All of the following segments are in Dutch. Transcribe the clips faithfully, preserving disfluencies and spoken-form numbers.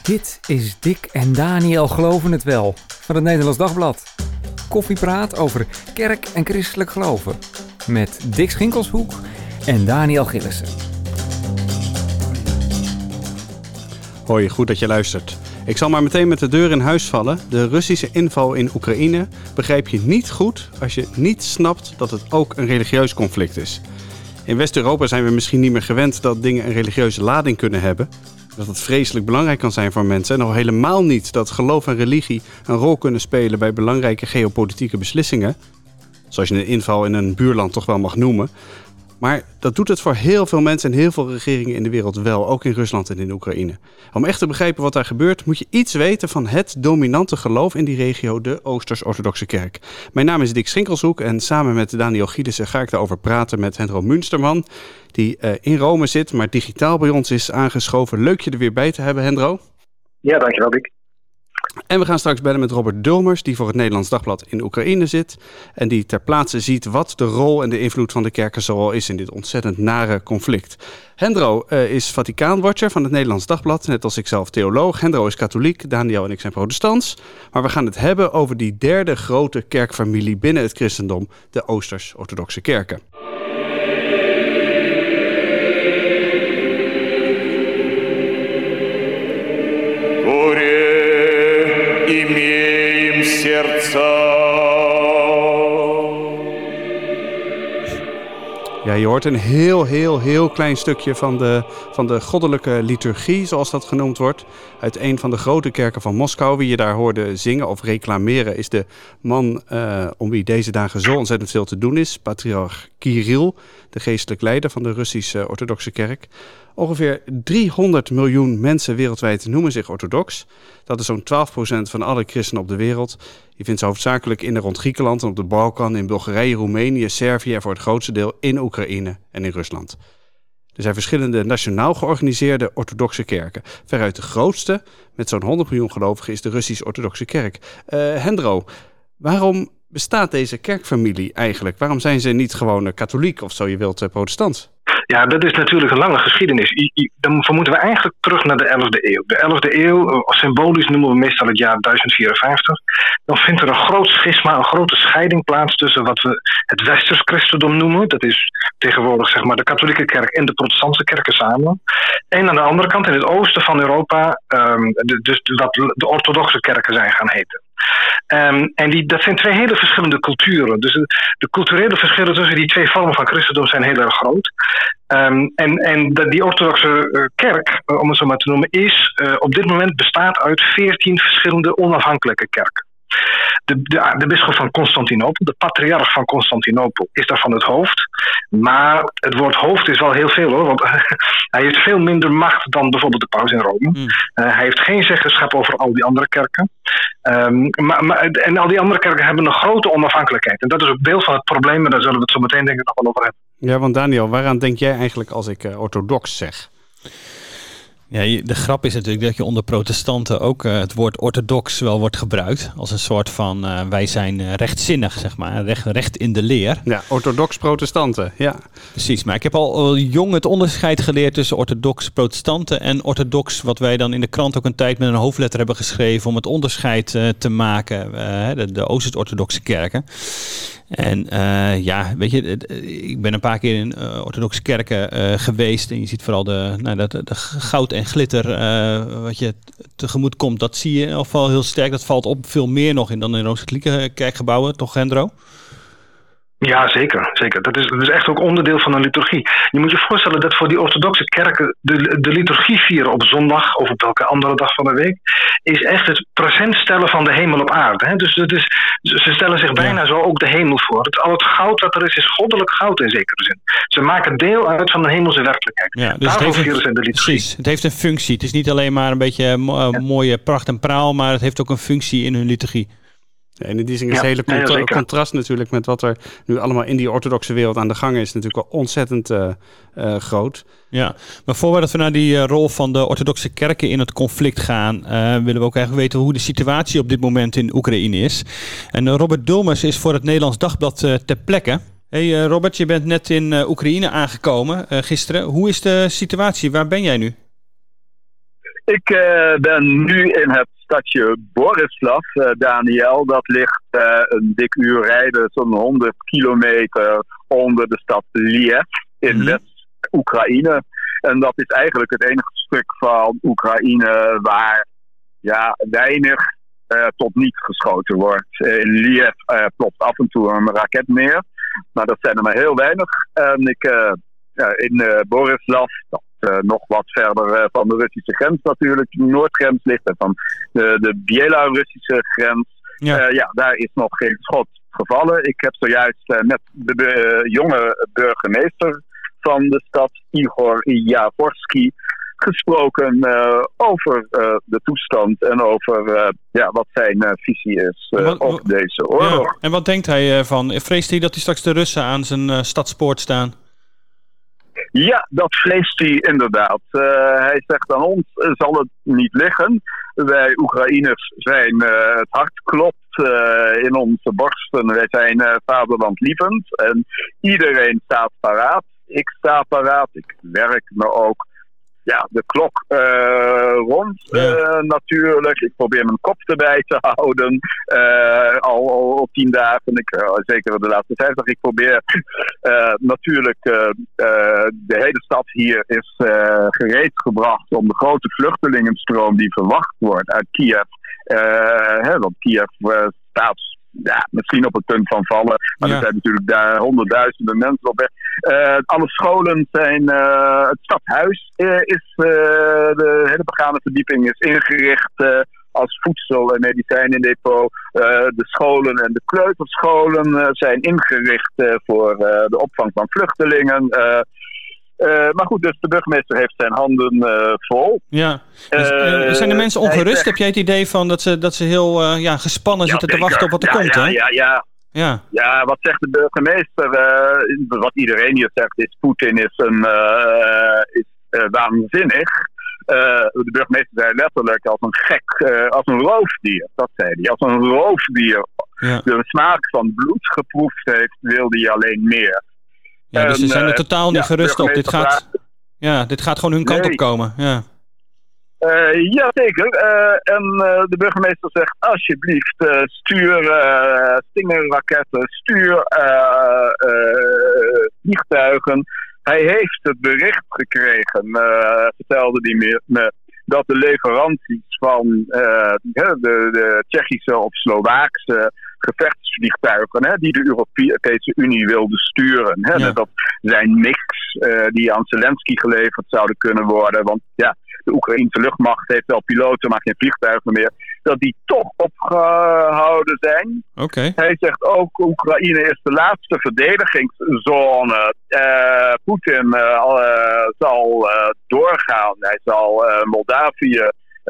Dit is Dick en Daniel Geloven het Wel van het Nederlands Dagblad. Koffiepraat over kerk en christelijk geloven. Met Dick Schinkelshoek en Daniel Gillissen. Hoi, goed dat je luistert. Ik zal maar meteen met de deur in huis vallen. De Russische inval in Oekraïne begrijp je niet goed als je niet snapt dat het ook een religieus conflict is. In West-Europa zijn we misschien niet meer gewend dat dingen een religieuze lading kunnen hebben. Dat het vreselijk belangrijk kan zijn voor mensen. En al helemaal niet dat geloof en religie een rol kunnen spelen bij belangrijke geopolitieke beslissingen. Zoals je een inval in een buurland toch wel mag noemen. Maar dat doet het voor heel veel mensen en heel veel regeringen in de wereld wel. Ook in Rusland en in Oekraïne. Om echt te begrijpen wat daar gebeurt, moet je iets weten van het dominante geloof in die regio, de Oosters-Orthodoxe Kerk. Mijn naam is Dick Schinkelshoek en samen met Daniel Gillissen ga ik daarover praten met Hendro Münsterman. Die uh, in Rome zit, maar digitaal bij ons is aangeschoven. Leuk je er weer bij te hebben, Hendro. Ja, dankjewel, Dick. En we gaan straks bellen met Robert Dulmers, die voor het Nederlands Dagblad in Oekraïne zit. En die ter plaatse ziet wat de rol en de invloed van de kerken zoal is in dit ontzettend nare conflict. Hendro uh, is Vaticaanwatcher van het Nederlands Dagblad, net als ik zelf theoloog. Hendro is katholiek, Daniel en ik zijn protestants. Maar we gaan het hebben over die derde grote kerkfamilie binnen het christendom, de Oosters-Orthodoxe Kerken. Ja, je hoort een heel, heel, heel klein stukje van de, van de goddelijke liturgie, zoals dat genoemd wordt, uit een van de grote kerken van Moskou. Wie je daar hoorde zingen of reclameren is de man uh, om wie deze dagen zo ontzettend veel te doen is, patriarch Kirill, de geestelijk leider van de Russische Orthodoxe Kerk. Ongeveer driehonderd miljoen mensen wereldwijd noemen zich orthodox. Dat is zo'n twaalf procent van alle christenen op de wereld. Je vindt ze hoofdzakelijk in en rond Griekenland en op de Balkan, in Bulgarije, Roemenië, Servië en voor het grootste deel in Oekraïne en in Rusland. Er zijn verschillende nationaal georganiseerde orthodoxe kerken. Veruit de grootste, met zo'n honderd miljoen gelovigen, is de Russisch-Orthodoxe Kerk. Uh, Hendro, waarom bestaat deze kerkfamilie eigenlijk? Waarom zijn ze niet gewoon katholiek of zo je wilt protestant? Ja, dat is natuurlijk een lange geschiedenis. I, I, dan vermoeden we eigenlijk terug naar de elfde eeuw. De elfde eeuw, symbolisch noemen we meestal het jaar duizend vierenvijftig. Dan vindt er een groot schisma, een grote scheiding plaats tussen wat we het westers christendom noemen. Dat is tegenwoordig zeg maar de katholieke kerk en de protestantse kerken samen. En aan de andere kant in het oosten van Europa, um, de, dus wat de orthodoxe kerken zijn gaan heten. Um, en die, dat zijn twee hele verschillende culturen. Dus de, de culturele verschillen tussen die twee vormen van christendom zijn heel erg groot. Um, en en de, die orthodoxe uh, kerk, uh, om het zo maar te noemen, is uh, op dit moment bestaat uit veertien verschillende onafhankelijke kerken. De, de, de bisschop van Constantinopel, de patriarch van Constantinopel, is daarvan het hoofd. Maar het woord hoofd is wel heel veel hoor, want hij heeft veel minder macht dan bijvoorbeeld de paus in Rome. Mm. Uh, hij heeft geen zeggenschap over al die andere kerken. Um, maar, maar, en al die andere kerken hebben een grote onafhankelijkheid. En dat is ook deel van het probleem, en daar zullen we het zo meteen denk ik nog wel over hebben. Ja, want Daniel, waaraan denk jij eigenlijk als ik uh, orthodox zeg? Ja, de grap is natuurlijk dat je onder protestanten ook uh, het woord orthodox wel wordt gebruikt. Als een soort van, uh, wij zijn uh, rechtzinnig, zeg maar. Recht, recht in de leer. Ja, orthodox protestanten, ja. Precies, maar ik heb al, al jong het onderscheid geleerd tussen orthodox protestanten en orthodox, wat wij dan in de krant ook een tijd met een hoofdletter hebben geschreven om het onderscheid uh, te maken. Uh, de, de Oost-orthodoxe kerken. En uh, ja, weet je, ik ben een paar keer in uh, orthodoxe kerken uh, geweest. En je ziet vooral de, nou, de, de goud en glitter uh, wat je tegemoet komt. Dat zie je in ieder geval heel sterk. Dat valt op veel meer nog in dan in Rooms-Katholieke kerkgebouwen, toch Hendro? Ja, zeker. zeker. Dat is, dat is echt ook onderdeel van een liturgie. Je moet je voorstellen dat voor die orthodoxe kerken de, de liturgie vieren op zondag of op welke andere dag van de week is echt het present stellen van de hemel op aarde. Hè? Dus het is, ze stellen zich bijna ja. zo ook de hemel voor. Het, al het goud wat er is, is goddelijk goud in zekere zin. Ze maken deel uit van de hemelse werkelijkheid. Ja, dus Daarvoor vieren ze de liturgie. Precies. Het heeft een functie. Het is niet alleen maar een beetje mo- ja. mooie pracht en praal, maar het heeft ook een functie in hun liturgie. En in die zin is het hele contra- ja, contrast natuurlijk met wat er nu allemaal in die orthodoxe wereld aan de gang is natuurlijk wel ontzettend uh, uh, groot. Ja, maar voordat we naar die uh, rol van de orthodoxe kerken in het conflict gaan, uh, willen we ook eigenlijk weten hoe de situatie op dit moment in Oekraïne is. En uh, Robert Dulmers is voor het Nederlands Dagblad uh, ter plekke. Hey uh, Robert, je bent net in uh, Oekraïne aangekomen uh, gisteren. Hoe is de situatie? Waar ben jij nu? Ik uh, ben nu in het stadje Borislav, uh, Daniel. Dat ligt uh, een dik uur rijden, zo'n honderd kilometer onder de stad Lviv in mm-hmm. West-Oekraïne. En dat is eigenlijk het enige stuk van Oekraïne waar ja, weinig uh, tot niet geschoten wordt. Uh, in Lviv uh, plopt af en toe een raket neer, maar dat zijn er maar heel weinig. En ik, uh, uh, in uh, Borislav, dat uh, nog wat verder uh, van de Russische grens natuurlijk, de noordgrens ligt en van de, de Bielarussische grens. Ja. Uh, ja, daar is nog geen schot gevallen. Ik heb zojuist uh, met de, de uh, jonge burgemeester van de stad, Igor Javorski, gesproken uh, over uh, de toestand en over uh, ja, wat zijn uh, visie is uh, wat, op deze oorlog. Ja. En wat denkt hij uh, van? Vreest hij dat hij straks de Russen aan zijn uh, stadspoort staan? Ja, dat vreest hij inderdaad. Uh, hij zegt aan ons uh, zal het niet liggen. Wij Oekraïners zijn, uh, het hart klopt uh, in onze borsten. Wij zijn uh, vaderlandlievend en iedereen staat paraat. Ik sta paraat, ik werk me ook ja, de klok uh, rond ja. uh, natuurlijk. Ik probeer mijn kop erbij te houden. Uh, al, al tien dagen, ik, uh, zeker de laatste vijftig. Ik probeer uh, natuurlijk uh, uh, de hele stad hier is uh, gereed gebracht om de grote vluchtelingenstroom die verwacht wordt uit Kiev. Uh, hè, want Kiev uh, staat ja, misschien op het punt van vallen. Maar ja. er zijn natuurlijk daar honderdduizenden mensen op weg. Uh, alle scholen zijn... Uh, het stadhuis uh, is... Uh, de hele begane verdieping is ingericht uh, als voedsel- en medicijnendepot. Uh, de scholen en de kleuterscholen uh, zijn ingericht uh, voor uh, de opvang van vluchtelingen. Uh, Uh, maar goed, dus de burgemeester heeft zijn handen uh, vol. Ja. Dus, uh, zijn de mensen ongerust? Zegt, heb jij het idee van dat ze, dat ze heel uh, ja, gespannen ja, zitten zeker. te wachten op wat er ja, komt? Ja, hè? ja, ja. Ja. ja, wat zegt de burgemeester? Uh, wat iedereen hier zegt is Poetin is, een, uh, is uh, waanzinnig. Uh, de burgemeester zei letterlijk als een gek, uh, als een roofdier. Dat zei hij. Als een roofdier ja. de smaak van bloed geproefd heeft, wilde hij alleen meer. Ja, dus ze zijn er totaal niet ja, gerust op. Dit gaat, ja, dit gaat gewoon hun kant nee. op komen. Ja, uh, ja zeker. Uh, en uh, de burgemeester zegt alsjeblieft uh, stuur uh, Stinger-raketten, stuur uh, uh, vliegtuigen. Hij heeft het bericht gekregen, uh, vertelde hij me, dat de leveranties van uh, de, de Tsjechische of Slovaakse gevechtsvliegtuigen hè, die de Europese Unie wilde sturen. Hè, ja. Dat zijn mix uh, die aan Zelensky geleverd zouden kunnen worden. Want ja, de Oekraïnse luchtmacht heeft wel piloten, maar geen vliegtuigen meer. Dat die toch opgehouden zijn. Okay. Hij zegt ook, Oekraïne is de laatste verdedigingszone. Uh, Poetin uh, uh, zal uh, doorgaan. Hij zal uh, Moldavië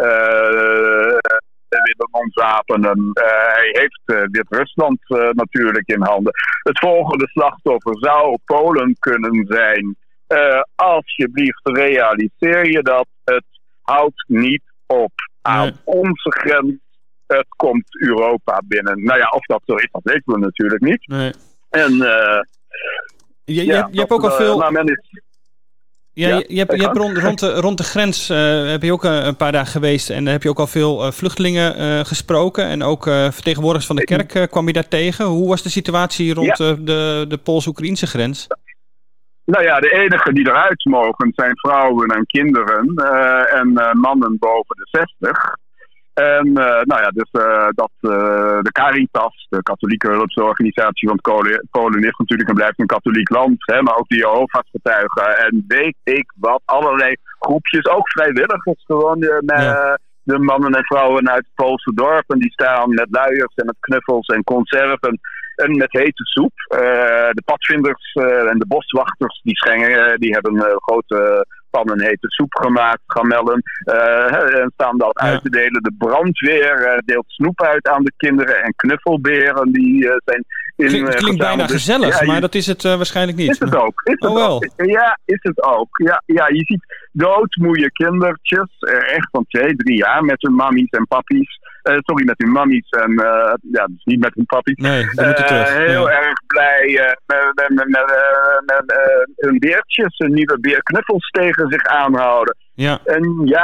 uh, willen ontwapenen. Uh, hij heeft uh, Wit-Rusland uh, natuurlijk in handen. Het volgende slachtoffer zou Polen kunnen zijn. Uh, alsjeblieft, realiseer je dat. Het houdt niet op aan nee. onze grens. Het komt Europa binnen. Nou ja, of dat zo is, dat weten we natuurlijk niet. Nee. En uh, je, je, ja, je hebt ook al veel... Uh, nou, men is, Ja, ja, je, je hebt, je hebt rond, rond, de, rond de grens uh, heb je ook een, een paar dagen geweest en heb je ook al veel uh, vluchtelingen uh, gesproken en ook uh, vertegenwoordigers van de kerk uh, kwam je daar tegen. Hoe was de situatie rond ja. uh, de, de Pools-Oekraïnse grens? Nou ja, de enigen die eruit mogen zijn vrouwen en kinderen uh, en uh, mannen boven de zestig. En uh, nou ja, dus uh, dat uh, de Caritas, de katholieke hulpsorganisatie van Polen, Polen is natuurlijk en blijft een katholiek land, hè, maar ook de Jehovah's getuigen en weet ik wat, allerlei groepjes, ook vrijwilligers gewoon, uh, met, ja. de mannen en vrouwen uit het Poolse dorpen, die staan met luiers en met knuffels en conserven en met hete soep. Uh, de padvinders uh, en de boswachters, die schengen, die hebben uh, grote pannen hete soep gemaakt, gamellen, uh, en staan dat ja. uit te delen. De brandweer uh, deelt snoep uit aan de kinderen en knuffelberen die uh, zijn in, Klinkt, uh, klinkt bijna dus, gezellig, ja, maar je, dat is het uh, waarschijnlijk niet. Is het ook. Is het oh, wel. ook. Ja, is het ook. Ja, ja, je ziet doodmoeie kindertjes, uh, echt van twee, drie jaar, met hun mammies en pappies. Uh, sorry, met hun mammies en uh, ja, dus niet met hun pappies. Nee, die moeten uh, terug. Heel ja. erg blij uh, met, met, met, met, uh, met uh, hun beertjes, hun nieuwe beerknuffels tegen zich aanhouden. Ja. En ja,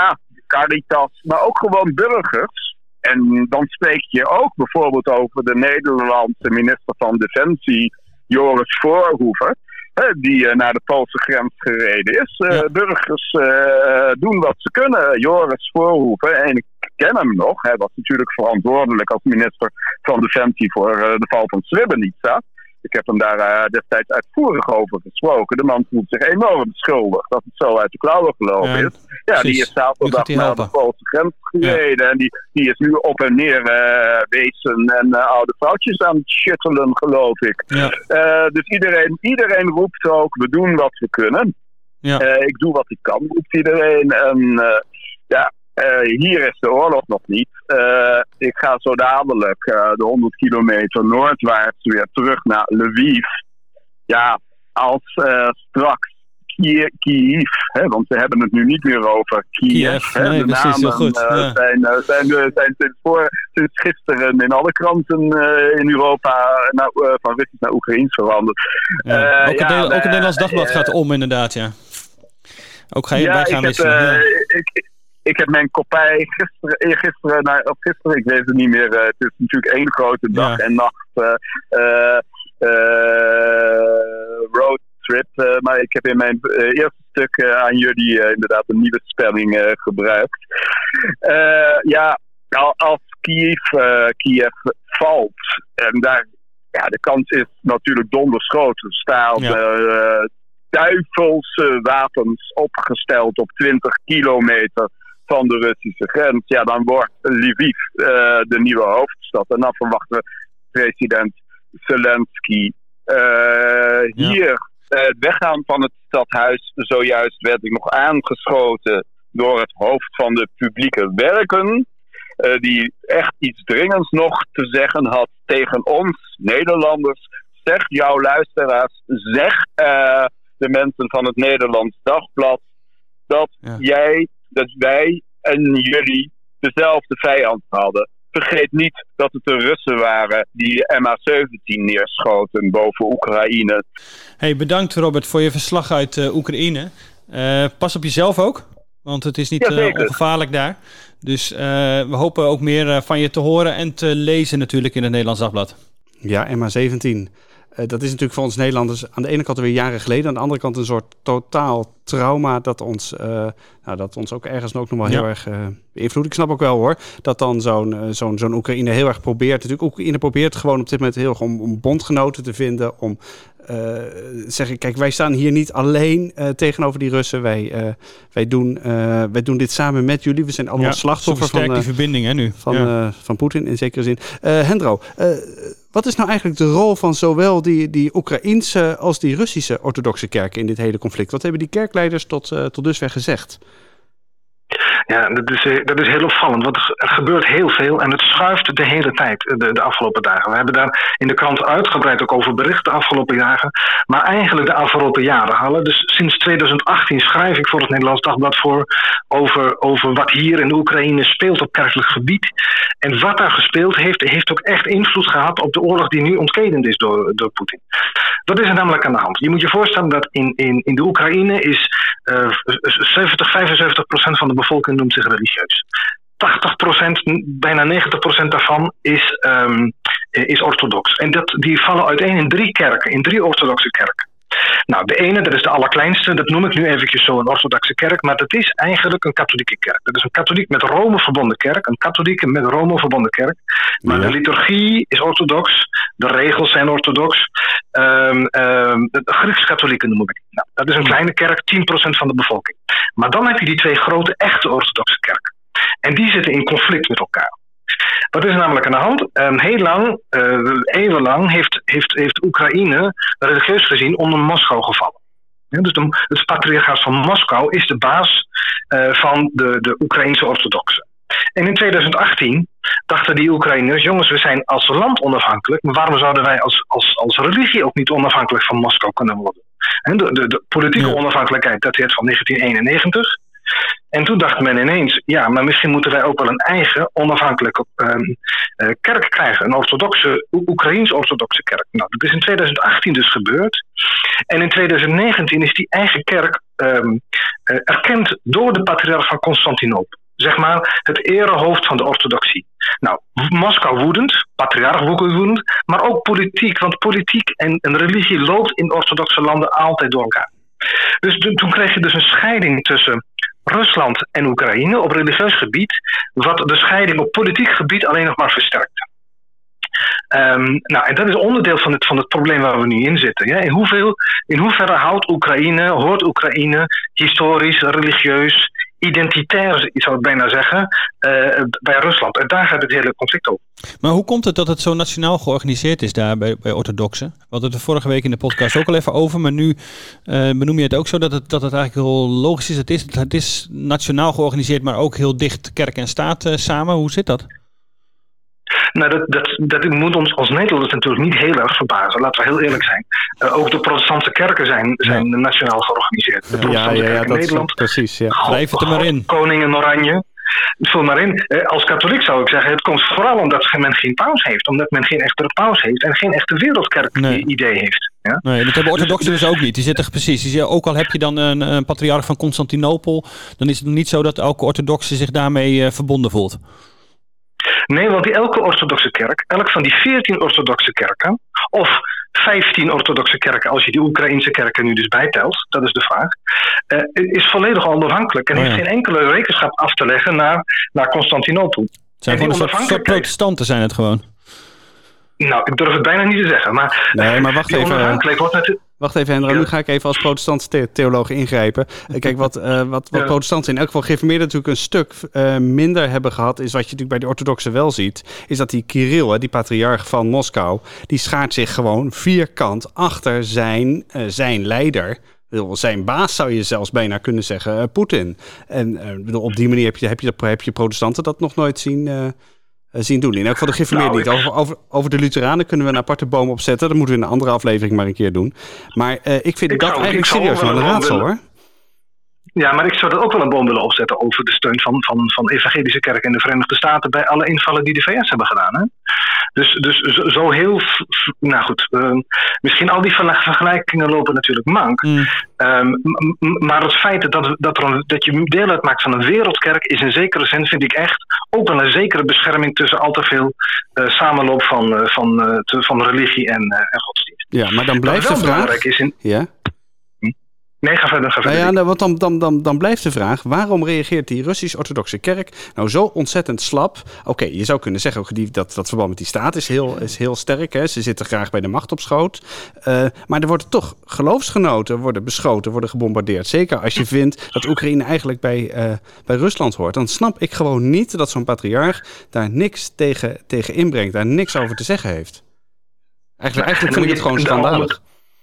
Caritas, maar ook gewoon burgers. En dan spreek je ook bijvoorbeeld over de Nederlandse minister van Defensie, Joris Voorhoeven, hè, die uh, naar de Poolse grens gereden is. Uh, ja. Burgers uh, doen wat ze kunnen. Joris Voorhoeven, en ik ken hem nog, hij was natuurlijk verantwoordelijk als minister van Defensie voor uh, de val van Srebrenica. Ik heb hem daar uh, destijds uitvoerig over gesproken. De man voelt zich enorm schuldig dat het zo uit de klauwen gelopen ja, is. Ja, precies. Die is zaterdag naar de Poolse grens gereden. Ja. En die, die is nu op en neer uh, wezen en uh, oude vrouwtjes aan het shuttelen, geloof ik. Ja. Uh, dus iedereen, iedereen roept ook, we doen wat we kunnen. Ja. Uh, ik doe wat ik kan, roept iedereen. En uh, ja... Uh, hier is de oorlog nog niet. Uh, ik ga zo dadelijk uh, de honderd kilometer noordwaarts weer terug naar Lviv. Ja, als uh, straks Kiev, Kiev hè, want we hebben het nu niet meer over Kiev. Kiev hè, nee, de namen zo goed. Uh, ja. zijn, uh, zijn, uh, zijn sinds, voor, sinds gisteren in alle kranten uh, in Europa naar, uh, van Russisch naar Oekraïens veranderd. Ja, uh, ook, ja, een, ook uh, een Nederlands dagblad uh, gaat om inderdaad, ja. Ook ga je ja, bij gaan lezen. Uh, ja. ik, Ik heb mijn kopij gisteren, gisteren, nou, of gisteren, ik weet het niet meer. Uh, het is natuurlijk één grote dag ja. en nacht uh, uh, uh, roadtrip. Uh, maar ik heb in mijn uh, eerste stuk uh, aan jullie uh, inderdaad een nieuwe spelling uh, gebruikt. Uh, ja, als Kiev, uh, Kiev valt, en daar, ja, de kans is natuurlijk dondersgroot. Er staan ja. uh, duivelse wapens opgesteld op twintig kilometer van de Russische grens, ja, dan wordt Lviv uh, de nieuwe hoofdstad. En dan verwachten we president Zelensky uh, ja. hier uh, het weggaan van het stadhuis. Zojuist werd ik nog aangeschoten door het hoofd van de publieke werken, uh, die echt iets dringends nog te zeggen had tegen ons, Nederlanders. Zeg jouw luisteraars, zeg uh, de mensen van het Nederlands Dagblad, dat ja. jij... dat wij en jullie dezelfde vijand hadden. Vergeet niet dat het de Russen waren die de M H zeventien neerschoten boven Oekraïne. Hey, bedankt Robert voor je verslag uit uh, Oekraïne. Uh, pas op jezelf ook, want het is niet ja, uh, ongevaarlijk daar. Dus uh, we hopen ook meer uh, van je te horen en te lezen natuurlijk in het Nederlands Dagblad. Ja, M H zeventien. Uh, dat is natuurlijk voor ons Nederlanders aan de ene kant weer jaren geleden, aan de andere kant een soort totaal trauma dat ons, uh, nou, dat ons ook ergens ook nog wel heel ja. erg uh, beïnvloedt. Ik snap ook wel hoor, dat dan zo'n, uh, zo'n, zo'n Oekraïne heel erg probeert. Natuurlijk, Oekraïne probeert gewoon op dit moment heel erg om, om bondgenoten te vinden, om uh, zeggen, kijk, wij staan hier niet alleen uh, tegenover die Russen. Wij, uh, wij, doen, uh, wij doen dit samen met jullie. We zijn allemaal ja, slachtoffer van, uh, die verbinding, hè, nu. van, ja. uh, van Poetin in zekere zin. Uh, Hendro, uh, wat is nou eigenlijk de rol van zowel die, die Oekraïense als die Russische orthodoxe kerken in dit hele conflict? Wat hebben die kerkleiders tot, uh, tot dusver gezegd? Ja, dat is, dat is heel opvallend, want er gebeurt heel veel en het schuift de hele tijd de, de afgelopen dagen. We hebben daar in de krant uitgebreid ook over bericht de afgelopen dagen, maar eigenlijk de afgelopen jaren halen. Dus sinds twintig achttien schrijf ik voor het Nederlands Dagblad voor over, over wat hier in de Oekraïne speelt op kerkelijk gebied. En wat daar gespeeld heeft, heeft ook echt invloed gehad op de oorlog die nu ontketend is door, door Poetin. Wat is er namelijk aan de hand? Je moet je voorstellen dat in, in, in de Oekraïne is uh, zeventig, vijfenzeventig procent van de bevolking noemt zich religieus. tachtig procent, bijna negentig procent daarvan is, um, is orthodox. En dat, die vallen uiteen in drie kerken, in drie orthodoxe kerken. Nou, de ene, dat is de allerkleinste, dat noem ik nu eventjes zo een orthodoxe kerk, maar dat is eigenlijk een katholieke kerk. Dat is een katholiek met Rome verbonden kerk, een katholieke met Rome verbonden kerk. Maar ja. de liturgie is orthodox, de regels zijn orthodox. Um, um, de Grieks-katholieken noem ik. Nou, dat is een kleine kerk, tien procent van de bevolking. Maar dan heb je die twee grote, echte orthodoxe kerken. En die zitten in conflict met elkaar. Wat is er namelijk aan de hand? Um, heel lang, uh, eeuwenlang, heeft, heeft, heeft Oekraïne religieus gezien onder Moskou gevallen. Ja, dus de, het patriarchaat van Moskou is de baas uh, van de, de Oekraïnse orthodoxen. En in twintig achttien dachten die Oekraïners, jongens, we zijn als land onafhankelijk, maar waarom zouden wij als, als, als religie ook niet onafhankelijk van Moskou kunnen worden? En de, de, de politieke ja. onafhankelijkheid dateert van negentien eenennegentig. En toen dacht men ineens, ja, maar misschien moeten wij ook wel een eigen onafhankelijke um, uh, kerk krijgen. Een orthodoxe, Oekraïens-orthodoxe kerk. Nou, dat is in twintig achttien dus gebeurd. En in twintig negentien is die eigen kerk um, uh, erkend door de patriarch van Constantinopel. zeg maar het erehoofd van de orthodoxie. Nou, Moskou woedend, patriarch woedend, maar ook politiek, want politiek en, en religie loopt in orthodoxe landen altijd door elkaar. Dus toen, toen kreeg je dus een scheiding tussen Rusland en Oekraïne op religieus gebied, wat de scheiding op politiek gebied alleen nog maar versterkte. Um, nou, en dat is onderdeel van het, van het probleem waar we nu in zitten. Ja? In, hoeveel, in hoeverre houdt Oekraïne, hoort Oekraïne historisch, religieus, identitair, zou ik bijna zeggen, uh, bij Rusland. En daar gaat het hele conflict over. Maar hoe komt het dat het zo nationaal georganiseerd is daar bij, bij orthodoxen? We hadden het er vorige week in de podcast ook al even over, maar nu uh, benoem je het ook zo dat het, dat het eigenlijk heel logisch is. Het is, het is nationaal georganiseerd, maar ook heel dicht kerk en staat uh, samen. Hoe zit dat? Nou, dat, dat, dat moet ons als Nederlanders natuurlijk niet heel erg verbazen. Laten we heel eerlijk zijn. Uh, ook de protestantse kerken zijn, zijn ja. nationaal georganiseerd. De protestantse ja, ja, ja, kerk in Nederland. Precies, ja. Schrijf het er maar in. Koning in Oranje. Vul maar in. Uh, als katholiek zou ik zeggen, het komt vooral omdat men geen paus heeft. Omdat men geen echte paus heeft en geen echte wereldkerk-idee nee. heeft. Ja? Nee, dat hebben orthodoxen dus, dus ook niet. Die zitten precies. Die zeggen, ook al heb je dan een, een patriarch van Constantinopel, dan is het niet zo dat elke orthodoxe zich daarmee uh, verbonden voelt. Nee, want die elke orthodoxe kerk, elk van die veertien orthodoxe kerken, of vijftien orthodoxe kerken, als je die Oekraïnse kerken nu dus bijtelt, dat is de vraag, uh, is volledig onafhankelijk en oh ja. heeft geen enkele rekenschap af te leggen naar, naar Constantinopel. Het zijn gewoon een soort protestanten zijn het gewoon. Nou, ik durf het bijna niet te zeggen, maar... Nee, maar wacht even. Wordt het... Wacht even, Hendra. Ja. Nu ga ik even als protestantse the- theoloog ingrijpen. Kijk, wat, uh, wat, wat ja. protestanten in elk geval gereformeerden natuurlijk een stuk uh, minder hebben gehad, is wat je natuurlijk bij de orthodoxen wel ziet, is dat die Kirill, die patriarch van Moskou, die schaart zich gewoon vierkant achter zijn, uh, zijn leider. Zijn baas zou je zelfs bijna kunnen zeggen, uh, Poetin. En uh, op die manier heb je, heb, je, heb je protestanten dat nog nooit zien... Uh, zien doen. In elk geval de gereformeerden nou, niet. Over, over, over de Lutheranen kunnen we een aparte boom opzetten. Dat moeten we in een andere aflevering maar een keer doen. Maar uh, ik vind ik dat zou, eigenlijk serieus wel een raadsel, hoor. Ja, maar ik zou er ook wel een boom willen opzetten over de steun van, van, van evangelische kerken in de Verenigde Staten bij alle invallen die de V S hebben gedaan. Hè? Dus, dus zo, zo heel... Nou goed, uh, misschien al die vergelijkingen lopen natuurlijk mank. Mm. Um, m- maar het feit dat, dat, er, dat je deel uitmaakt van een wereldkerk is in zekere zin, vind ik echt, ook wel een zekere bescherming tussen al te veel uh, samenloop van, uh, van, uh, te, van religie en, uh, en godsdienst. Ja, maar dan blijft de vraag... Is in, ja? Nee, ga verder. Ga verder. Nou ja, want dan, dan, dan, dan blijft de vraag, waarom reageert die Russisch-orthodoxe kerk nou zo ontzettend slap? Oké, okay, je zou kunnen zeggen, ook die, dat, dat verband met die staat is heel, is heel sterk. Hè? Ze zitten graag bij de macht op schoot. Uh, maar er worden toch geloofsgenoten worden beschoten, worden gebombardeerd. Zeker als je vindt dat Oekraïne eigenlijk bij, uh, bij Rusland hoort. Dan snap ik gewoon niet dat zo'n patriarch daar niks tegen, tegen inbrengt, daar niks over te zeggen heeft. Eigenlijk, eigenlijk vind ik het gewoon schandalig.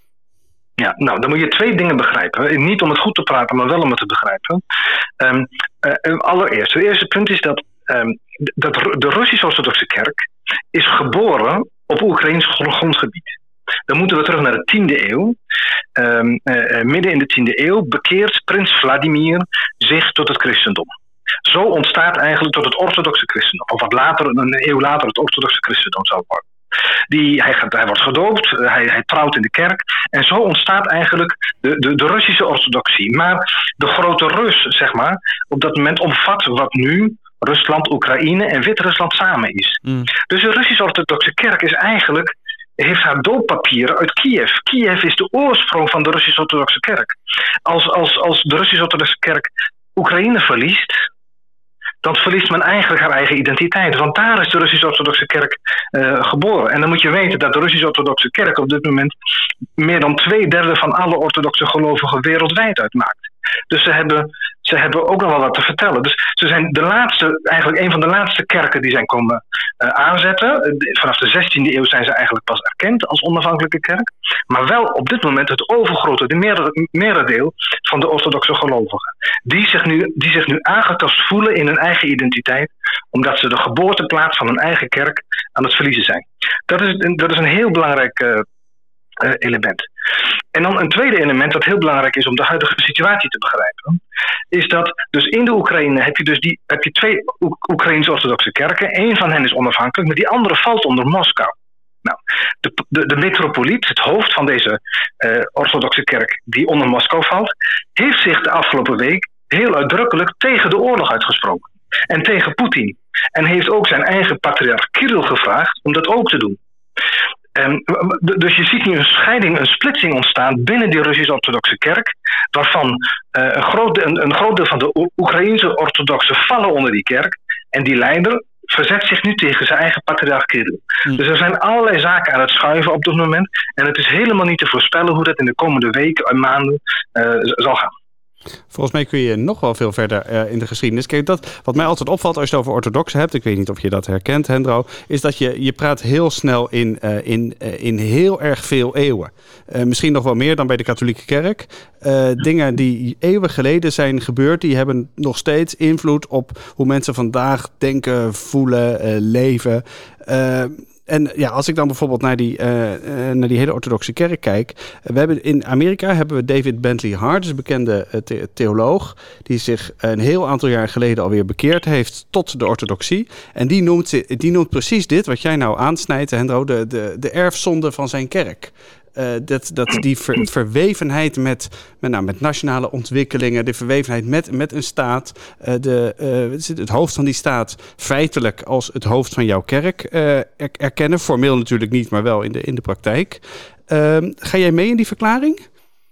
Ja, nou, dan moet je twee dingen begrijpen. Niet om het goed te praten, maar wel om het te begrijpen. Um, uh, allereerst, het eerste punt is dat, um, dat de Russisch-orthodoxe kerk is geboren op Oekraïns grondgebied. Dan moeten we terug naar de tiende eeuw. Um, uh, midden in de tiende eeuw bekeert prins Vladimir zich tot het christendom. Zo ontstaat eigenlijk tot het orthodoxe christendom. Of wat later, een eeuw later, het orthodoxe christendom zou worden. Die, hij, gaat, hij wordt gedoopt, hij, hij trouwt in de kerk. En zo ontstaat eigenlijk de, de, de Russische orthodoxie. Maar de grote Rus, zeg maar, op dat moment omvat wat nu Rusland, Oekraïne en Wit-Rusland samen is. Mm. Dus de Russische orthodoxe kerk is eigenlijk, heeft haar dooppapieren uit Kiev. Kiev is de oorsprong van de Russische orthodoxe kerk. Als, als, als de Russische orthodoxe kerk Oekraïne verliest, dan verliest men eigenlijk haar eigen identiteit. Want daar is de Russisch-orthodoxe kerk uh, geboren. En dan moet je weten dat de Russisch-orthodoxe kerk op dit moment meer dan twee derde van alle orthodoxe gelovigen wereldwijd uitmaakt. Dus ze hebben, ze hebben ook nog wel wat te vertellen. Dus ze zijn de laatste, eigenlijk een van de laatste kerken die zijn komen uh, aanzetten. Vanaf de zestiende eeuw zijn ze eigenlijk pas erkend als onafhankelijke kerk. Maar wel op dit moment het overgrote, de merendeel van de orthodoxe gelovigen. Die zich, nu, die zich nu aangetast voelen in hun eigen identiteit, omdat ze de geboorteplaats van hun eigen kerk aan het verliezen zijn. Dat is, dat is een heel belangrijk uh, uh, element. En dan een tweede element dat heel belangrijk is om de huidige situatie te begrijpen, is dat dus in de Oekraïne heb je dus die, heb je twee Oe- Oekraïnse orthodoxe kerken. Eén van hen is onafhankelijk, maar die andere valt onder Moskou. Nou, de, de, de metropoliet, het hoofd van deze uh, orthodoxe kerk die onder Moskou valt, heeft zich de afgelopen week heel uitdrukkelijk tegen de oorlog uitgesproken. en tegen Poetin. En heeft ook zijn eigen patriarch Kirill gevraagd om dat ook te doen. En, dus je ziet nu een scheiding, een splitsing ontstaan binnen die Russisch-orthodoxe kerk, waarvan uh, een, groot, een, een groot deel van de Oekraïense orthodoxen vallen onder die kerk. En die leider verzet zich nu tegen zijn eigen patriarch Kirill. Hmm. Dus er zijn allerlei zaken aan het schuiven op dit moment. En het is helemaal niet te voorspellen hoe dat in de komende weken en maanden uh, zal gaan. Volgens mij kun je nog wel veel verder uh, in de geschiedenis. Kijk, dat, wat mij altijd opvalt als je het over orthodoxen hebt, ik weet niet of je dat herkent, Hendro, is dat je, je praat heel snel in, uh, in, uh, in heel erg veel eeuwen. Uh, misschien nog wel meer dan bij de katholieke kerk. Uh, dingen die eeuwen geleden zijn gebeurd, die hebben nog steeds invloed op hoe mensen vandaag denken, voelen, uh, leven. Uh, En ja, als ik dan bijvoorbeeld naar die, uh, uh, naar die hele orthodoxe kerk kijk. We hebben in Amerika hebben we David Bentley Hart, dus een bekende uh, the- theoloog, die zich een heel aantal jaar geleden alweer bekeerd heeft tot de orthodoxie. En die noemt, die noemt precies dit, wat jij nou aansnijdt, Hendro, de, de, de erfzonde van zijn kerk. Uh, dat, dat die ver, verwevenheid met, met, nou, met nationale ontwikkelingen, de verwevenheid met, met een staat, uh, de, uh, het hoofd van die staat feitelijk als het hoofd van jouw kerk uh, er, erkennen. Formeel natuurlijk niet, maar wel in de, in de praktijk. Uh, ga jij mee in die verklaring?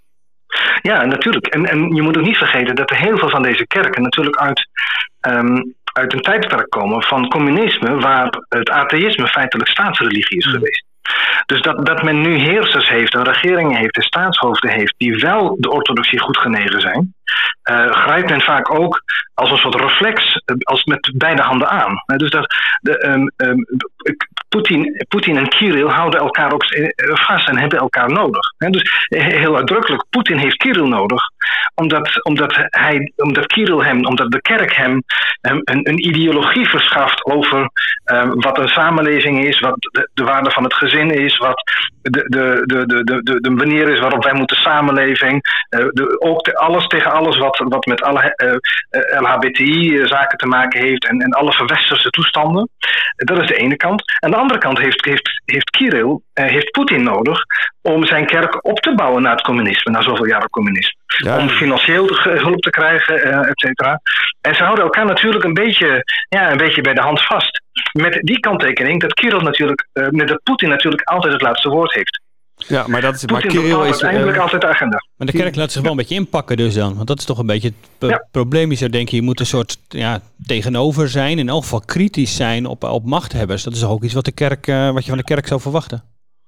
Ja, natuurlijk. En, en je moet ook niet vergeten dat er heel veel van deze kerken natuurlijk uit, um, uit een tijdperk komen van communisme, waar het atheïsme feitelijk staatsreligie is geweest. Dus dat, dat men nu heersers heeft, en regeringen heeft en staatshoofden heeft die wel de orthodoxie goed genegen zijn, uh, grijpt men vaak ook als een soort reflex, uh, als met beide handen aan. Uh, dus dat de, um, um, Poetin, Poetin en Kirill houden elkaar ook vast en hebben elkaar nodig. Uh, dus heel uitdrukkelijk, Poetin heeft Kirill nodig, omdat, omdat, hij, omdat Kirill hem, omdat de kerk hem um, een, een ideologie verschaft over um, wat een samenleving is, wat de, de waarde van het gezin is, wat de, de, de, de, de, de manier is waarop wij moeten samenleving, uh, de, ook de, alles tegen alles wat, wat met alle uh, uh, L H B T I-zaken te maken heeft en, en alle verwesterse toestanden. Uh, dat is de ene kant. Aan de andere kant heeft, heeft, heeft Kirill, uh, heeft Poetin nodig om zijn kerk op te bouwen na het communisme, na zoveel jaren communisme. Ja. Om financieel hulp te krijgen, uh, et cetera. En ze houden elkaar natuurlijk een beetje, ja, een beetje bij de hand vast. Met die kanttekening dat Kirill natuurlijk, uh, met dat Poetin natuurlijk altijd het laatste woord heeft. Ja, maar dat is Poetin maar Kirill is uiteindelijk uh, altijd de agenda. Maar de kerk laat zich wel een beetje inpakken dus dan. Want dat is toch een beetje het p- ja. probleem. Je zou denken, je moet een soort ja, tegenover zijn. In elk geval kritisch zijn op, op machthebbers. Dat is ook iets wat, de kerk, uh, wat je van de kerk zou verwachten.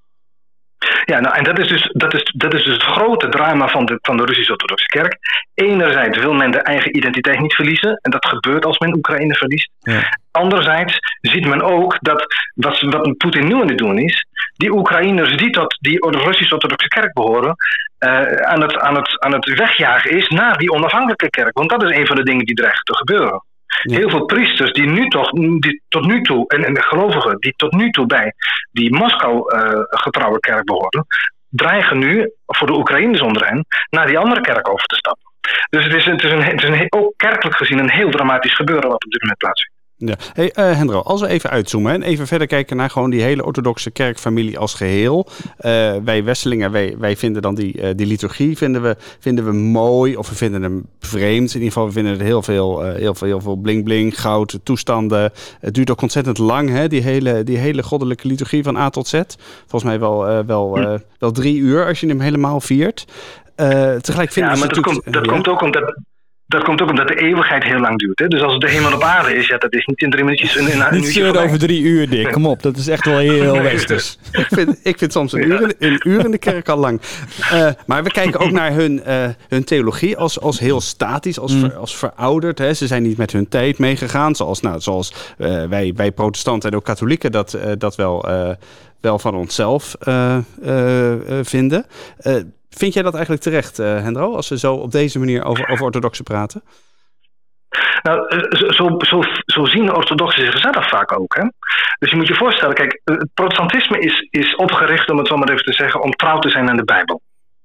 Ja, nou, en dat is dus, dat is, dat is dus het grote drama van de, van de Russisch-orthodoxe kerk. Enerzijds wil men de eigen identiteit niet verliezen. En dat gebeurt als men Oekraïne verliest. Ja. Anderzijds ziet men ook dat wat, wat Poetin nu aan het doen is, die Oekraïners die tot die Russisch-orthodoxe kerk behoren, uh, aan, het, aan, het, aan het wegjagen is naar die onafhankelijke kerk. Want dat is een van de dingen die dreigen te gebeuren. Ja. Heel veel priesters die nu toch, die tot nu toe, en, en gelovigen die tot nu toe bij die Moskou uh, getrouwe kerk behoren, dreigen nu, voor de Oekraïners onder hen, naar die andere kerk over te stappen. Dus het is, het is, een, het is een, ook kerkelijk gezien een heel dramatisch gebeuren wat op dit moment plaatsvindt. Ja. Hey, uh, Hendro, als we even uitzoomen en even verder kijken naar gewoon die hele orthodoxe kerkfamilie als geheel. Uh, wij Westelingen, wij, wij vinden dan die, uh, die liturgie vinden we, vinden we mooi of we vinden hem vreemd. In ieder geval, we vinden het heel veel, uh, heel veel, heel veel bling bling, goud, toestanden. Het duurt ook ontzettend lang, hè, die hele, die hele goddelijke liturgie van A tot Z. Volgens mij wel, uh, wel, uh, wel drie uur als je hem helemaal viert. Uh, tegelijk vinden ja, we maar dat, komt, dat ja. komt ook omdat... Dat komt ook omdat de eeuwigheid heel lang duurt. Hè? Dus als het de hemel op aarde is, ja, dat is niet in drie minuutjes. In, in een niet zeuren over drie uur, Dick. Kom op, dat is echt wel heel westers. ik, vind, ik vind soms een uur, in, een uur in de kerk al lang. Uh, maar we kijken ook naar hun, uh, hun theologie als, als heel statisch, als, mm. ver, als verouderd. Hè? Ze zijn niet met hun tijd meegegaan, zoals, nou, zoals uh, wij, wij protestanten en ook katholieken dat, uh, dat wel, uh, wel van onszelf uh, uh, uh, vinden. Uh, Vind jij dat eigenlijk terecht, uh, Hendro, als we zo op deze manier over, over orthodoxen praten? Nou, zo, zo, zo zien de orthodoxen zichzelf vaak ook. Hè? Dus je moet je voorstellen, kijk, het protestantisme is, is opgericht, om het zo maar even te zeggen, om trouw te zijn aan de Bijbel.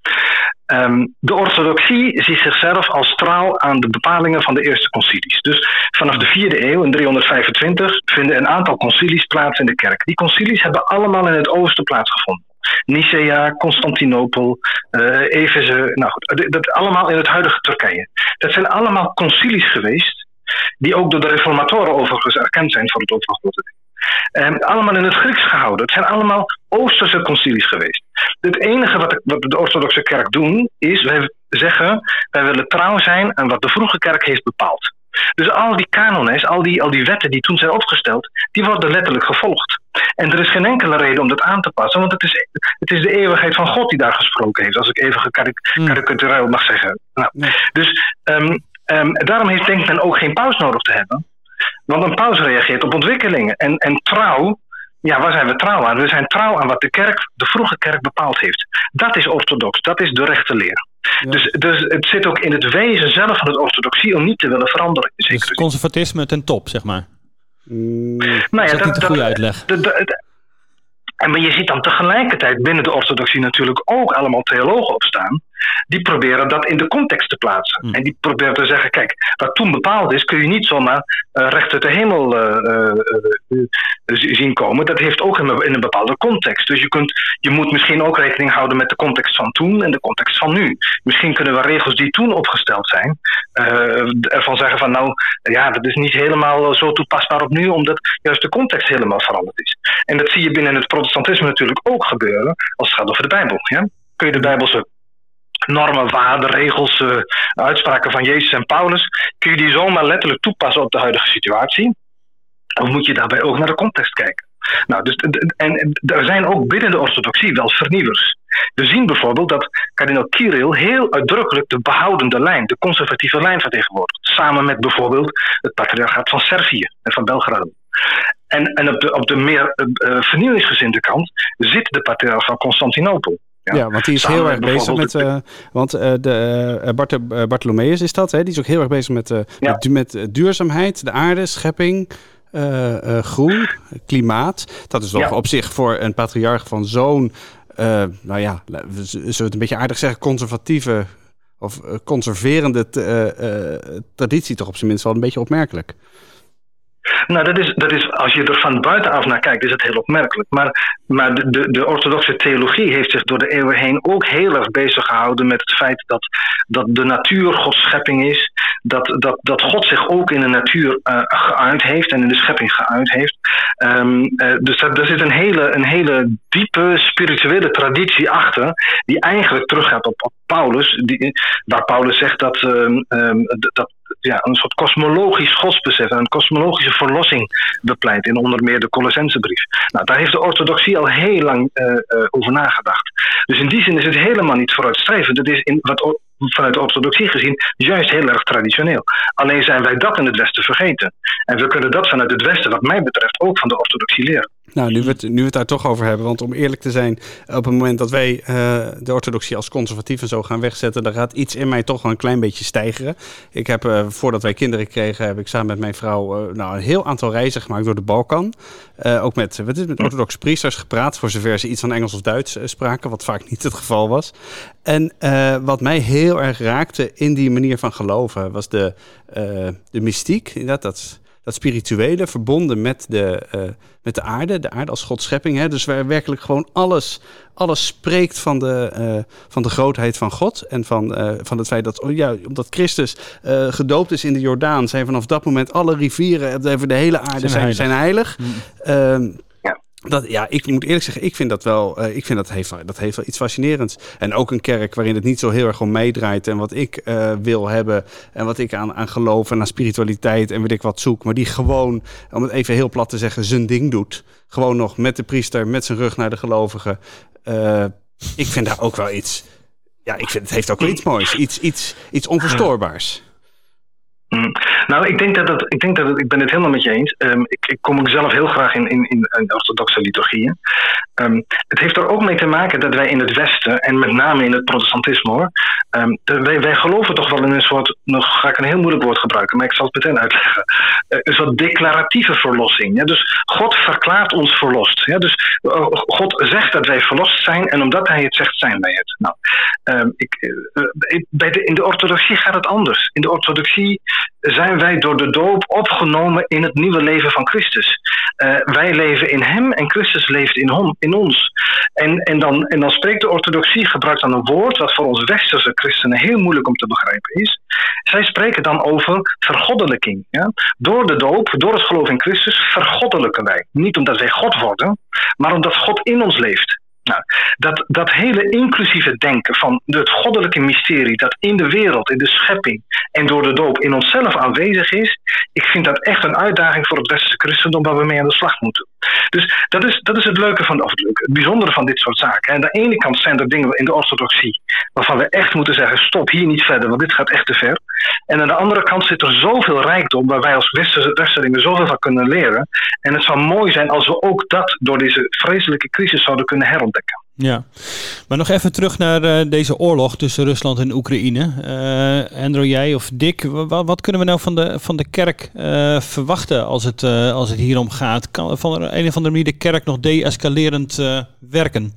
Um, de orthodoxie ziet zichzelf als trouw aan de bepalingen van de eerste concilies. Dus vanaf de vierde eeuw, in driehonderdvijfentwintig, vinden een aantal concilies plaats in de kerk. Die concilies hebben allemaal in het oosten plaatsgevonden. Nicea, Constantinopel, uh, Efeze, nou goed, dat allemaal in het huidige Turkije. Dat zijn allemaal concilies geweest die ook door de reformatoren overigens erkend zijn voor het overgrote deel. Um, allemaal in het Grieks gehouden. Het zijn allemaal Oosterse concilies geweest. Het enige wat de, wat de orthodoxe kerk doen, is wij zeggen, wij willen trouw zijn aan wat de vroege kerk heeft bepaald. Dus al die kanones, al die, al die wetten die toen zijn opgesteld, die worden letterlijk gevolgd. En er is geen enkele reden om dat aan te passen, want het is, het is de eeuwigheid van God die daar gesproken heeft, als ik even karikatuureel mag zeggen. Nou, nee. Dus um, um, daarom heeft denkt men ook geen paus nodig te hebben, want een paus reageert op ontwikkelingen. En, en trouw, ja, waar zijn we trouw aan? We zijn trouw aan wat de kerk, de vroege kerk bepaald heeft. Dat is orthodox, dat is de rechte leer. Ja. Dus, dus het zit ook in het wezen zelf van het orthodoxie om niet te willen veranderen. Dus conservatisme ten top, zeg maar. Mm, nou ja, dat is dat, niet een goede uitleg. Dat, dat, dat, en maar je ziet dan tegelijkertijd binnen de orthodoxie natuurlijk ook allemaal theologen opstaan. Die proberen dat in de context te plaatsen. Mm. En die proberen te zeggen, kijk, wat toen bepaald is, kun je niet zomaar uh, recht uit de hemel uh, uh, uh, uh, zien komen. Dat heeft ook in een, in een bepaalde context. Dus je, kunt, je moet misschien ook rekening houden met de context van toen en de context van nu. Misschien kunnen we regels die toen opgesteld zijn, uh, ervan zeggen van nou, ja, dat is niet helemaal zo toepasbaar op nu, omdat juist de context helemaal veranderd is. En dat zie je binnen het protestantisme natuurlijk ook gebeuren, als het gaat over de Bijbel. Ja? Kun je de Bijbelse normen, waarden, regels, uh, uitspraken van Jezus en Paulus, kun je die zomaar letterlijk toepassen op de huidige situatie? Of moet je daarbij ook naar de context kijken? Nou, dus, en, en er zijn ook binnen de orthodoxie wel vernieuwers. We zien bijvoorbeeld dat kardinaal Kirill heel uitdrukkelijk de behoudende lijn, de conservatieve lijn vertegenwoordigt. Samen met bijvoorbeeld het patriarchaat van Servië en van Belgrado. En, en op de, op de meer uh, vernieuwingsgezinde kant zit de patriarch van Constantinopel. Ja, ja, want die is heel erg bezig met... Uh, want uh, de, uh, Bart, uh, Bartholomeus is dat, hè? Die is ook heel erg bezig met, uh, ja. met, met duurzaamheid, de aarde, schepping, uh, uh, groen, klimaat. Dat is toch ja. op zich voor een patriarch van zo'n, uh, nou ja, zullen we het een beetje aardig zeggen, conservatieve of uh, conserverende t, uh, uh, traditie toch op zijn minst wel een beetje opmerkelijk. Nou, dat is, dat is, als je er van buitenaf naar kijkt, is het heel opmerkelijk. Maar, maar de, de, de orthodoxe theologie heeft zich door de eeuwen heen ook heel erg bezig gehouden met het feit dat, dat de natuur Gods schepping is. Dat, dat, dat God zich ook in de natuur uh, geuit heeft en in de schepping geuit heeft. Um, uh, dus dat, daar zit een hele, een hele diepe spirituele traditie achter, die eigenlijk teruggaat op, op Paulus. Die, waar Paulus zegt dat, um, um, dat ja, een soort kosmologisch godsbesef en een kosmologische verlossing bepleit in onder meer de Colossensebrief. Nou, daar heeft de orthodoxie al heel lang uh, uh, over nagedacht. Dus in die zin is het helemaal niet vooruitstrevend. Het is in wat vanuit de orthodoxie gezien juist heel erg traditioneel. Alleen zijn wij dat in het Westen vergeten. En we kunnen dat vanuit het Westen, wat mij betreft, ook van de orthodoxie leren. Nou, nu we, het, nu we het daar toch over hebben, want om eerlijk te zijn, op het moment dat wij uh, de orthodoxie als conservatief en zo gaan wegzetten, dan gaat iets in mij toch wel een klein beetje stijgeren. Ik heb, uh, voordat wij kinderen kregen, heb ik samen met mijn vrouw uh, nou, een heel aantal reizen gemaakt door de Balkan. Uh, ook met, wat is, met orthodoxe priesters gepraat, voor zover ze iets van Engels of Duits uh, spraken, wat vaak niet het geval was. En uh, wat mij heel erg raakte in die manier van geloven, was de, uh, de mystiek, dat dat Dat spirituele, verbonden met de, uh, met de aarde, de aarde als Gods schepping. Hè? Dus waar werkelijk gewoon alles, alles spreekt van de, uh, van de grootheid van God. En van, uh, van het feit dat, oh ja, omdat Christus uh, gedoopt is in de Jordaan, zijn vanaf dat moment alle rivieren over de hele aarde zijn, zijn heilig. Zijn heilig. Mm. Uh, Dat, ja, ik moet eerlijk zeggen, ik vind dat wel, uh, ik vind dat heeft, dat heeft wel iets fascinerends. En ook een kerk waarin het niet zo heel erg om meedraait en wat ik uh, wil hebben en wat ik aan, aan geloof en aan spiritualiteit en weet ik wat zoek, maar die gewoon, om het even heel plat te zeggen, zijn ding doet. Gewoon nog met de priester, met zijn rug naar de gelovigen. Uh, ik vind daar ook wel iets, ja, ik vind het heeft ook wel iets moois, iets, iets, iets onverstoorbaars. Mm. Nou, ik denk dat het, ik denk dat het, ik ben het helemaal met je eens. Um, ik, ik kom ook zelf heel graag in, in, in, in orthodoxe liturgieën. Um, het heeft er ook mee te maken dat wij in het Westen, en met name in het protestantisme hoor, um, de, wij, wij geloven toch wel in een soort, nog ga ik een heel moeilijk woord gebruiken, maar ik zal het meteen uitleggen, uh, een soort declaratieve verlossing. Ja? Dus God verklaart ons verlost. Ja? Dus uh, God zegt dat wij verlost zijn en omdat hij het zegt, zijn wij het. Nou, um, ik, uh, bij de, in de orthodoxie gaat het anders. In de orthodoxie zijn wij door de doop opgenomen in het nieuwe leven van Christus. Uh, wij leven in hem en Christus leeft in, hom, in ons. En, en, dan, en dan spreekt de orthodoxie, gebruikt dan een woord wat voor ons westerse christenen heel moeilijk om te begrijpen is. Zij spreken dan over vergoddelijking. Ja? Door de doop, door het geloof in Christus, vergoddelijken wij. Niet omdat wij God worden, maar omdat God in ons leeft. Nou, dat, dat hele inclusieve denken van het goddelijke mysterie dat in de wereld, in de schepping en door de doop in onszelf aanwezig is, ik vind dat echt een uitdaging voor het westerse christendom waar we mee aan de slag moeten. Dus dat is, dat is het leuke van, of het leuke, het bijzondere van dit soort zaken. Aan de ene kant zijn er dingen in de orthodoxie waarvan we echt moeten zeggen, stop hier niet verder, want dit gaat echt te ver. En aan de andere kant zit er zoveel rijkdom waar wij als westerlingen zoveel van kunnen leren. En het zou mooi zijn als we ook dat door deze vreselijke crisis zouden kunnen herontdekken. Ja, maar nog even terug naar uh, deze oorlog tussen Rusland en Oekraïne. Uh, Hendro, jij of Dick, wat, wat kunnen we nou van de, van de kerk uh, verwachten als het, uh, als het hierom gaat? Kan van een of andere manier de kerk nog de-escalerend uh, werken?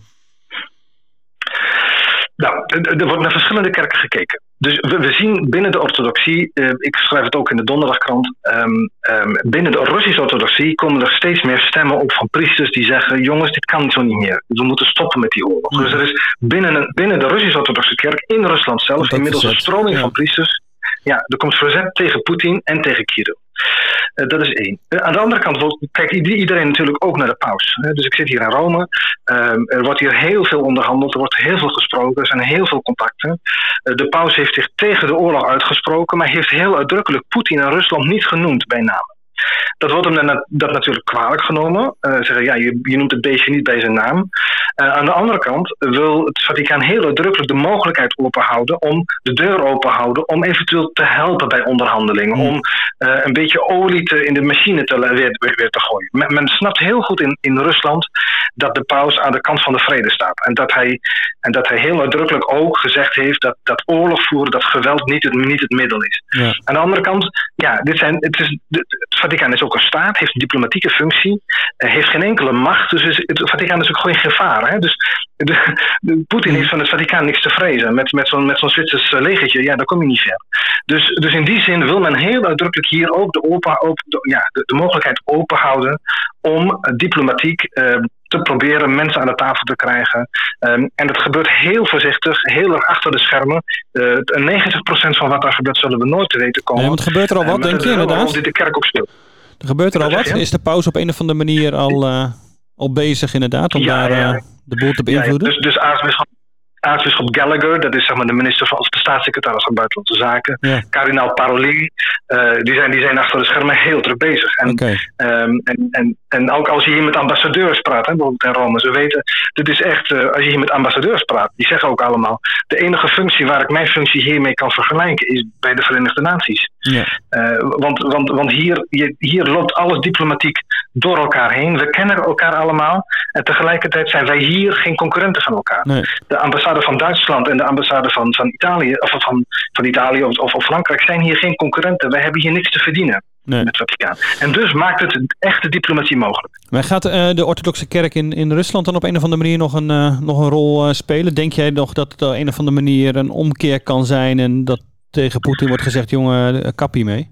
Nou, er wordt naar verschillende kerken gekeken. Dus we, we zien binnen de orthodoxie, uh, ik schrijf het ook in de donderdagkrant, um, um, binnen de Russische orthodoxie komen er steeds meer stemmen op van priesters die zeggen, jongens, dit kan zo niet meer. We moeten stoppen met die oorlog. Mm. Dus er is binnen, een, binnen de Russische orthodoxe kerk, in Rusland zelf, inmiddels een stroming ja. van priesters. Ja, er komt verzet tegen Poetin en tegen Kirill. Uh, dat is één. Uh, aan de andere kant kijkt iedereen natuurlijk ook naar de paus. Uh, dus ik zit hier in Rome. Uh, er wordt hier heel veel onderhandeld. Er wordt heel veel gesproken. Er zijn heel veel contacten. Uh, de paus heeft zich tegen de oorlog uitgesproken, maar heeft heel uitdrukkelijk Poetin en Rusland niet genoemd bij naam. Dat wordt hem dan dat natuurlijk kwalijk genomen. Uh, zeggen, ja, je, je noemt het beestje niet bij zijn naam. Uh, aan de andere kant wil het Vaticaan heel uitdrukkelijk de mogelijkheid openhouden om de deur openhouden om eventueel te helpen bij onderhandelingen. Mm. Om uh, een beetje olie te, in de machine te, weer, weer, weer te gooien. Men, men snapt heel goed in, in Rusland dat de paus aan de kant van de vrede staat. En dat hij, en dat hij heel uitdrukkelijk ook gezegd heeft dat, dat oorlog voeren, dat geweld niet het, niet het middel is. Ja. Aan de andere kant, ja, dit zijn, het, is, het Vaticaan is ook een staat, heeft een diplomatieke functie, uh, heeft geen enkele macht, dus is, het Vaticaan is ook geen gevaar. Hè? Dus de, de, Poetin heeft van het Vaticaan niks te vrezen. Met, met zo'n met zo'n Zwitsers legertje, ja, daar kom je niet ver. Dus, dus in die zin wil men heel uitdrukkelijk hier ook de, open, open, de, ja, de, de mogelijkheid openhouden om uh, diplomatiek uh, te proberen mensen aan de tafel te krijgen. Um, en dat gebeurt heel voorzichtig, heel erg achter de schermen. Uh, negentig procent van wat daar gebeurt zullen we nooit te weten komen. Nee, want gebeurt er al wat, uh, denk je inderdaad? Die de kerk ook speelt. Er gebeurt er al wat? Is de paus op een of andere manier al, uh, al bezig inderdaad om ja, daar uh, ja. de boel te beïnvloeden? Ja, ja. Dus, dus aartsbisschop, aartsbisschop Gallagher, dat is zeg maar de minister van, of de staatssecretaris van Buitenlandse Zaken. Ja. Kardinaal Parolin, uh, die, zijn, die zijn achter de schermen heel druk bezig. En, okay. um, en, en, en ook als je hier met ambassadeurs praat, hè, bijvoorbeeld in Rome, ze weten, dit is echt, uh, als je hier met ambassadeurs praat, die zeggen ook allemaal, de enige functie waar ik mijn functie hiermee kan vergelijken is bij de Verenigde Naties. Ja. Uh, want want, want hier, hier loopt alles diplomatiek door elkaar heen. We kennen elkaar allemaal en tegelijkertijd zijn wij hier geen concurrenten van elkaar. Nee. De ambassade van Duitsland en de ambassade van, van Italië, of van, van Italië of, of, of Frankrijk zijn hier geen concurrenten. Wij hebben hier niks te verdienen. Nee. Met het Vaticaan. En dus maakt het echte diplomatie mogelijk. Maar gaat uh, de orthodoxe kerk in, in Rusland dan op een of andere manier nog een, uh, nog een rol uh, spelen? Denk jij nog dat het op een of andere manier een omkeer kan zijn en dat tegen Poetin wordt gezegd, jongen, kap hiermee?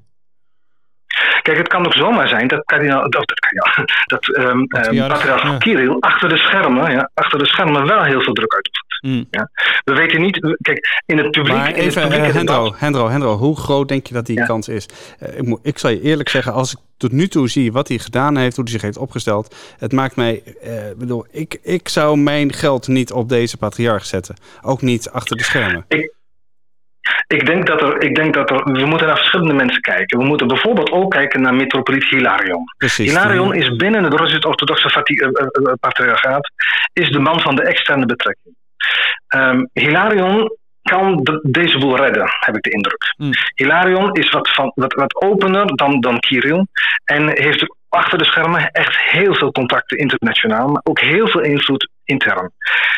Kijk, het kan ook zomaar zijn dat kardinaal, dat, dat, ja, dat um, patriarch ja. Kirill achter de schermen, ja, achter de schermen wel heel veel druk uitoefent. Mm. Ja. We weten niet, kijk, in het publiek... Maar even, in het publiek uh, Hendro, Hendro, Hendro, hoe groot denk je dat die ja. kans is? Uh, ik, moet, ik zal je eerlijk zeggen, als ik tot nu toe zie wat hij gedaan heeft, hoe hij zich heeft opgesteld, het maakt mij, uh, bedoel, ik, ik zou mijn geld niet op deze patriarch zetten. Ook niet achter de schermen. Ik, Ik denk, dat er, ik denk dat er... We moeten naar verschillende mensen kijken. We moeten bijvoorbeeld ook kijken naar metropoliet Hilarion. Precies, Hilarion is binnen het Russisch-orthodoxe uh, uh, patriarchaat is de man van de externe betrekking. Um, Hilarion kan de, deze boel redden, heb ik de indruk. Mm. Hilarion is wat, van, wat, wat opener dan, dan Kirill en heeft achter de schermen echt heel veel contacten internationaal, maar ook heel veel invloed intern.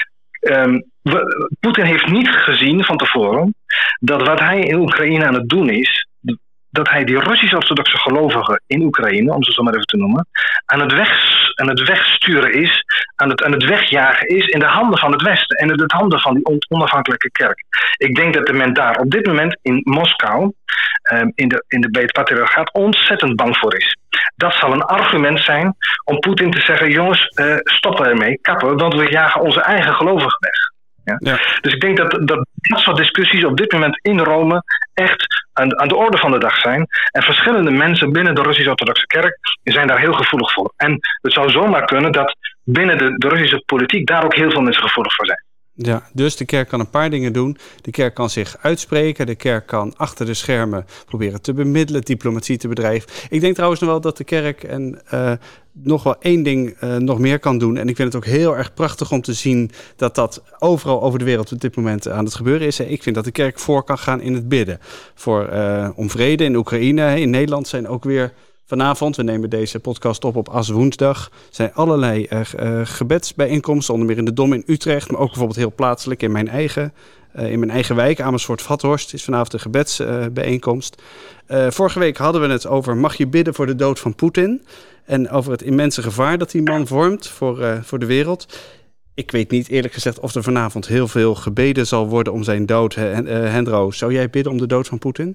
Um, Poetin heeft niet gezien van tevoren dat wat hij in Oekraïne aan het doen is, dat hij die Russisch-orthodoxe gelovigen in Oekraïne, om ze zo maar even te noemen, aan het aan het wegsturen is, aan het, aan het wegjagen is in de handen van het Westen en in de handen van die on, onafhankelijke kerk. Ik denk dat de men daar op dit moment in Moskou, um, in de, in de Beet Patriarchaat, ontzettend bang voor is. Dat zal een argument zijn om Poetin te zeggen, jongens, uh, stoppen ermee, kappen, want we jagen onze eigen gelovigen weg. Ja? Ja. Dus ik denk dat, dat dat soort discussies op dit moment in Rome echt aan, aan de orde van de dag zijn. En verschillende mensen binnen de Russisch-Orthodoxe Kerk zijn daar heel gevoelig voor. En het zou zomaar kunnen dat binnen de, de Russische politiek daar ook heel veel mensen gevoelig voor zijn. Ja, dus de kerk kan een paar dingen doen. De kerk kan zich uitspreken. De kerk kan achter de schermen proberen te bemiddelen, diplomatie te bedrijven. Ik denk trouwens nog wel dat de kerk en uh, nog wel één ding uh, nog meer kan doen. En ik vind het ook heel erg prachtig om te zien dat dat overal over de wereld op dit moment aan het gebeuren is. Ik vind dat de kerk voor kan gaan in het bidden. Voor, uh, om vrede in Oekraïne. In Nederland zijn ook weer vanavond, we nemen deze podcast op op Aswoensdag, zijn allerlei uh, uh, gebedsbijeenkomsten, onder meer in de Dom in Utrecht, maar ook bijvoorbeeld heel plaatselijk in mijn eigen, uh, in mijn eigen wijk, Amersfoort-Vathorst, is vanavond een gebedsbijeenkomst. Uh, vorige week hadden we het over, mag je bidden voor de dood van Poetin? En over het immense gevaar dat die man vormt voor, uh, voor de wereld. Ik weet niet eerlijk gezegd of er vanavond heel veel gebeden zal worden om zijn dood. Uh, Hendro, zou jij bidden om de dood van Poetin?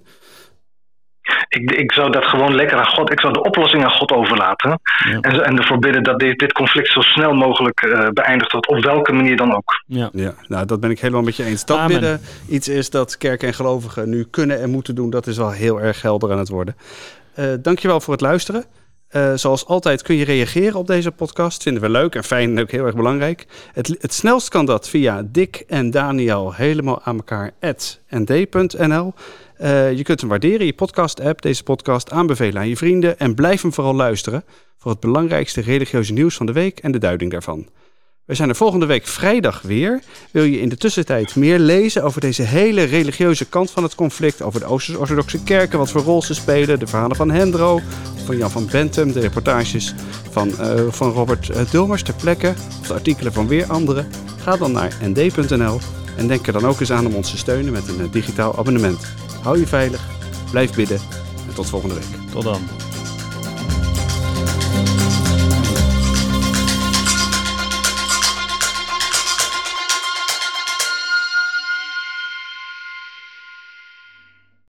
Ik, ik zou dat gewoon lekker aan God, ik zou de oplossing aan God overlaten. Ja. En, en ervoor bidden dat dit, dit conflict zo snel mogelijk uh, beëindigd wordt, op welke manier dan ook. Ja, ja, nou dat ben ik helemaal met je eens. Dat Amen. Bidden iets is dat kerk en gelovigen nu kunnen en moeten doen, dat is wel heel erg helder aan het worden. Uh, dankjewel voor het luisteren. Uh, zoals altijd kun je reageren op deze podcast. Vinden we leuk en fijn en ook heel erg belangrijk. Het, het snelst kan dat via Dick en Daniel helemaal aan elkaar at n d punt n l. Uh, je kunt hem waarderen in je podcast-app, deze podcast aanbevelen aan je vrienden en blijf hem vooral luisteren voor het belangrijkste religieuze nieuws van de week en de duiding daarvan. We zijn er volgende week vrijdag weer. Wil je in de tussentijd meer lezen over deze hele religieuze kant van het conflict, over de Oosterse-orthodoxe kerken, wat voor rol ze spelen, de verhalen van Hendro, van Jan van Bentum, de reportages van, uh, van Robert uh, Dulmers ter plekke, of de artikelen van weer anderen, ga dan naar n d punt n l en denk er dan ook eens aan om ons te steunen met een uh, digitaal abonnement. Hou je veilig, blijf bidden en tot volgende week. Tot dan.